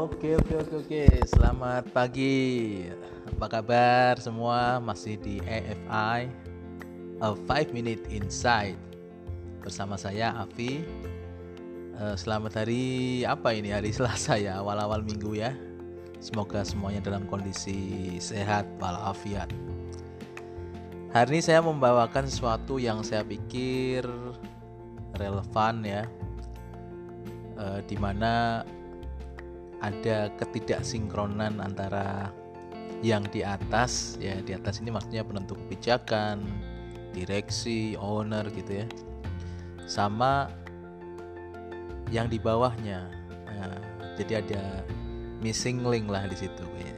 Oke. Selamat pagi. Apa kabar semua? Masih di AFI, a 5 Minute Insight. Bersama saya Afi. Selamat hari apa ini? Hari Selasa ya, awal-awal minggu ya. Semoga semuanya dalam kondisi sehat walafiat. Hari ini saya membawakan sesuatu yang saya pikir relevan ya, di mana ada ketidaksinkronan antara yang di atas, ya di atas ini maksudnya penentu kebijakan, direksi, owner gitu ya, sama yang di bawahnya. Jadi ada missing link lah di situ ya.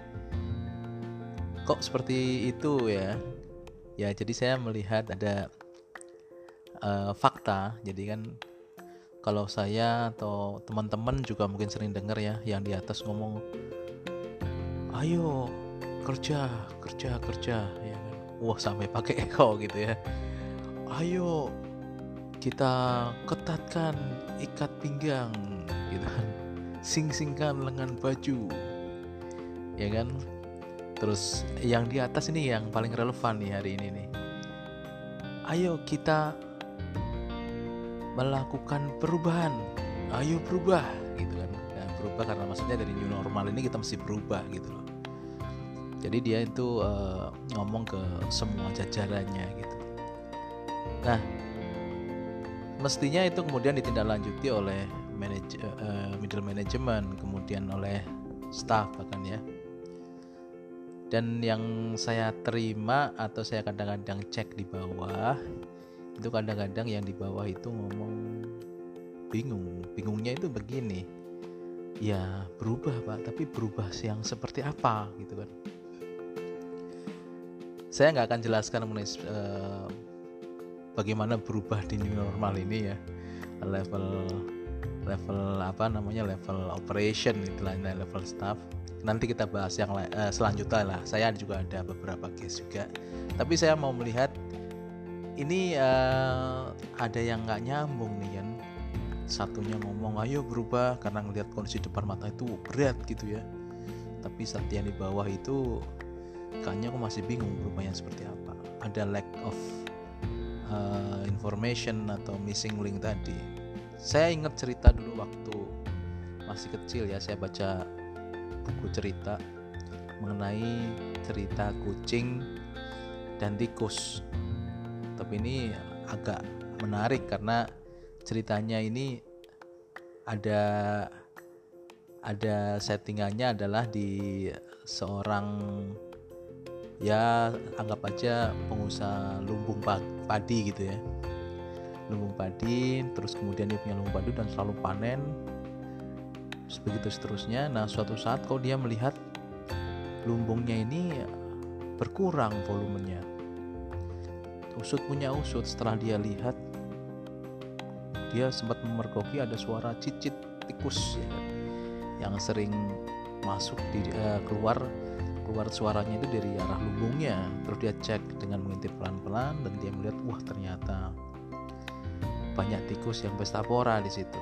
Kok seperti itu ya? Ya jadi saya melihat ada fakta. Jadi kan kalau saya atau teman-teman juga mungkin sering dengar ya, yang di atas ngomong, ayo kerja ya kan. Wah, sampai pakai echo gitu ya. Ayo kita ketatkan ikat pinggang gitu kan. Sing-singkan lengan baju. Ya kan? Terus yang di atas ini yang paling relevan nih hari ini nih. Ayo kita melakukan perubahan, ayo berubah gitu kan. Nah, berubah karena maksudnya dari new normal ini kita mesti berubah gitu loh. Jadi dia itu ngomong ke semua jajarannya gitu. Nah, mestinya itu kemudian ditindaklanjuti oleh middle management, kemudian oleh staff bahkan ya. Dan yang saya terima atau saya kadang-kadang cek di bawah, itu kadang-kadang yang di bawah itu ngomong bingungnya itu begini, ya berubah Pak, tapi berubah yang seperti apa gitu kan. Saya nggak akan jelaskan mengenai bagaimana berubah di new normal ini ya, level operation istilahnya, level staff. Nanti kita bahas yang selanjutnya lah. Saya juga ada beberapa case juga, tapi saya mau melihat ini ada yang nggak nyambung nih kan. Satunya ngomong ayo berubah karena ngelihat kondisi depan mata itu berat gitu ya, tapi saat yang di bawah itu kayaknya aku masih bingung berubahnya seperti apa. Ada lack of information atau missing link tadi. Saya ingat cerita dulu waktu masih kecil ya, saya baca buku cerita mengenai cerita kucing dan tikus. Tapi ini agak menarik karena ceritanya ini ada settingannya adalah di seorang, ya anggap aja pengusaha lumbung padi gitu ya, lumbung padi. Terus kemudian dia punya lumbung padi dan selalu panen, begitu seterusnya. Nah suatu saat kok dia melihat lumbungnya ini berkurang volumenya. Usut punya usut, setelah dia lihat, dia sempat memergoki ada suara cicit tikus ya, yang sering masuk keluar suaranya itu dari arah lumbungnya. Terus dia cek dengan mengintip pelan-pelan dan dia melihat, wah ternyata banyak tikus yang pesta pora di situ.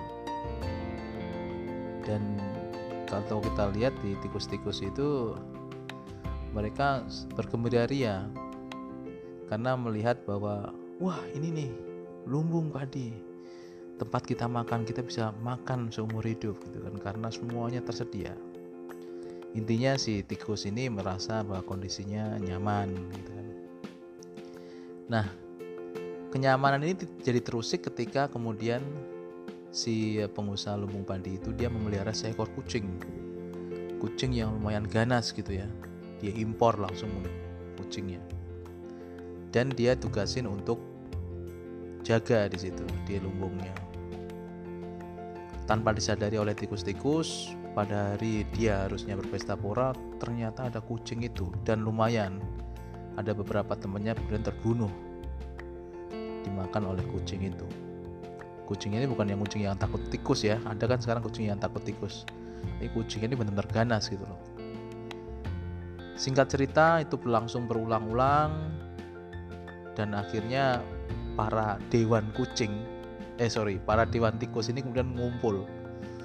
Dan kalau kita lihat di tikus-tikus itu, mereka bergembira ria karena melihat bahwa wah ini nih lumbung padi, tempat kita makan, kita bisa makan seumur hidup gitu kan, karena semuanya tersedia. Intinya si tikus ini merasa bahwa kondisinya nyaman gitu kan. Nah, kenyamanan ini jadi terusik ketika kemudian si pengusaha lumbung padi itu dia memelihara seekor kucing yang lumayan ganas gitu ya. Dia impor langsung kucingnya, dan dia tugasin untuk jaga di situ di lumbungnya. Tanpa disadari oleh tikus-tikus, pada hari dia harusnya berpesta pora, ternyata ada kucing itu, dan lumayan ada beberapa temannya kemudian terbunuh dimakan oleh kucing itu. Kucing ini bukan yang kucing yang takut tikus ya, ada kan sekarang kucing yang takut tikus. Ini kucing ini benar-benar ganas gitu loh. Singkat cerita itu berlangsung berulang-ulang, dan akhirnya para dewan tikus ini kemudian ngumpul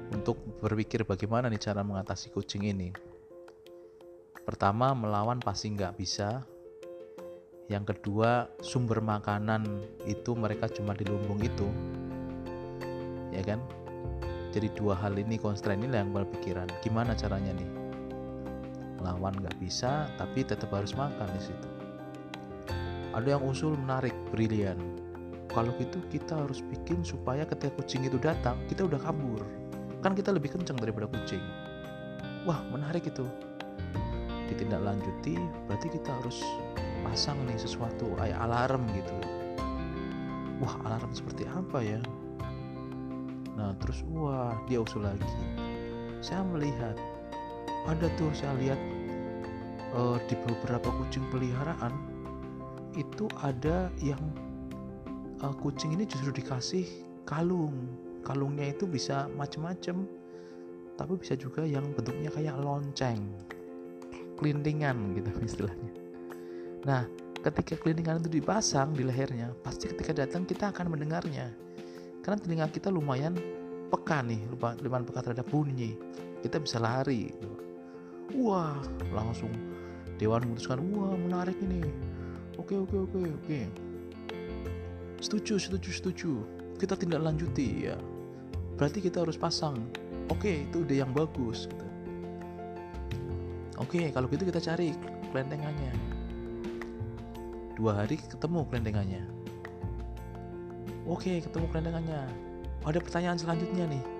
untuk berpikir bagaimana nih cara mengatasi kucing ini. Pertama, melawan pasti nggak bisa. Yang kedua, sumber makanan itu mereka cuma di lumbung itu, ya kan? Jadi dua hal ini, constraint ini yang berpikiran gimana caranya nih. Lawan nggak bisa, tapi tetap harus makan di situ. Ada yang usul menarik, brilian. Kalau gitu kita harus bikin supaya ketika kucing itu datang, kita udah kabur. Kan kita lebih kencang daripada kucing. Wah, menarik itu. Ditindaklanjuti, berarti kita harus pasang nih sesuatu kayak alarm gitu. Wah, alarm seperti apa ya? Nah, terus dia usul lagi. Saya melihat saya lihat di beberapa kucing peliharaan itu ada yang kucing ini justru dikasih kalungnya itu bisa macem-macem, tapi bisa juga yang bentuknya kayak lonceng, kelintingan gitu istilahnya. Nah, ketika kelintingan itu dipasang di lehernya, pasti ketika datang kita akan mendengarnya, karena telinga kita lumayan peka terhadap bunyi, kita bisa lari. Wah, langsung Dewan memutuskan, wah menarik ini, oke. Setuju. Kita tindak lanjuti ya. Berarti kita harus pasang. Oke, itu ide yang bagus gitu. Oke, kalau gitu kita cari kelentengannya. 2 hari ketemu kelentengannya. Oke, ketemu kelentengannya. Ada pertanyaan selanjutnya nih.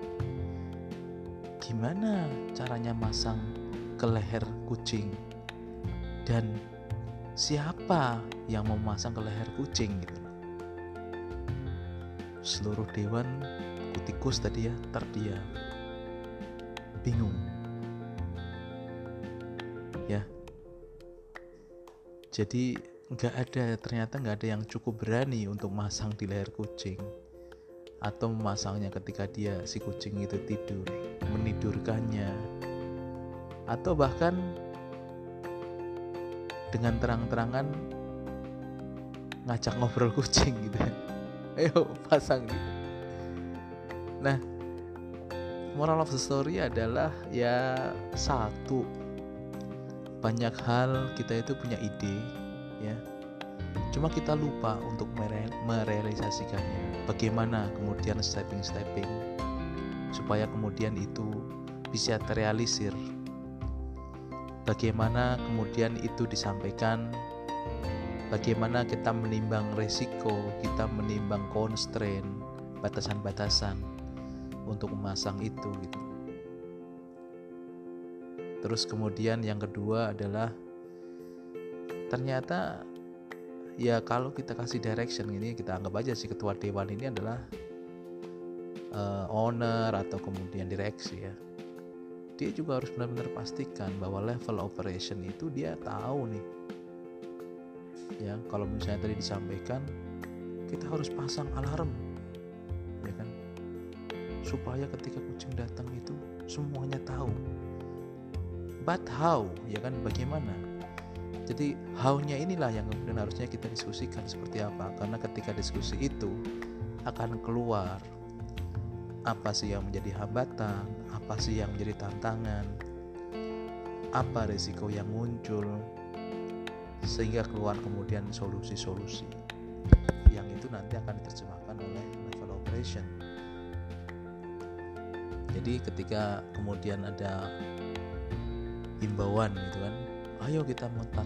Gimana caranya masang ke leher kucing? Dan siapa yang mau masang ke leher kucing gitu? Seluruh dewan tikus tadi ya terdiam, bingung ya. Jadi ternyata nggak ada yang cukup berani untuk masang di leher kucing, atau memasangnya ketika si kucing itu tidur, menidurkannya, atau bahkan dengan terang-terangan ngajak ngobrol kucing gitu. Ayo pasang gitu. Nah, moral of the story adalah ya satu, banyak hal kita itu punya ide ya, cuma kita lupa untuk merealisasikannya. Bagaimana kemudian stepping supaya kemudian itu bisa terrealisir, bagaimana kemudian itu disampaikan, bagaimana kita menimbang resiko, kita menimbang constraint, batasan-batasan untuk memasang itu gitu. Terus kemudian yang kedua adalah ternyata ya kalau kita kasih direction ini, kita anggap aja si ketua dewan ini adalah owner atau kemudian direksi ya. Dia juga harus benar-benar pastikan bahwa level operation itu dia tahu nih. Ya, kalau misalnya tadi disampaikan kita harus pasang alarm ya kan, supaya ketika kucing datang itu semuanya tahu. But how ya kan, bagaimana? Jadi how-nya inilah yang kemudian harusnya kita diskusikan seperti apa, karena ketika diskusi itu akan keluar apa sih yang menjadi hambatan, apa sih yang menjadi tantangan, apa risiko yang muncul, sehingga keluar kemudian solusi-solusi yang itu nanti akan diterjemahkan oleh level operation. Jadi ketika kemudian ada himbauan gitu kan, ayo kita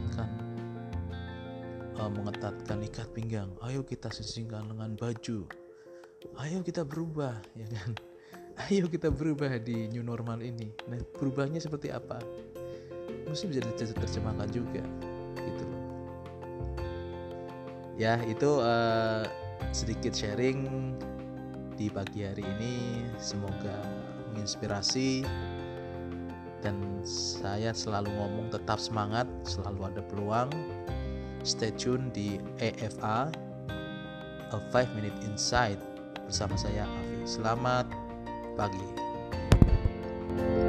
mengetatkan ikat pinggang, ayo kita sisingkan lengan baju, ayo kita berubah ya kan, ayo kita berubah di new normal ini. Nah, berubahnya seperti apa? Mesti bisa diterjemahkan juga gitu loh. Ya, itu sedikit sharing di pagi hari ini, semoga menginspirasi. Dan saya selalu ngomong tetap semangat, selalu ada peluang. Stay tune di AFI, A 5 Minute Insight bersama saya Afi. Selamat pagi.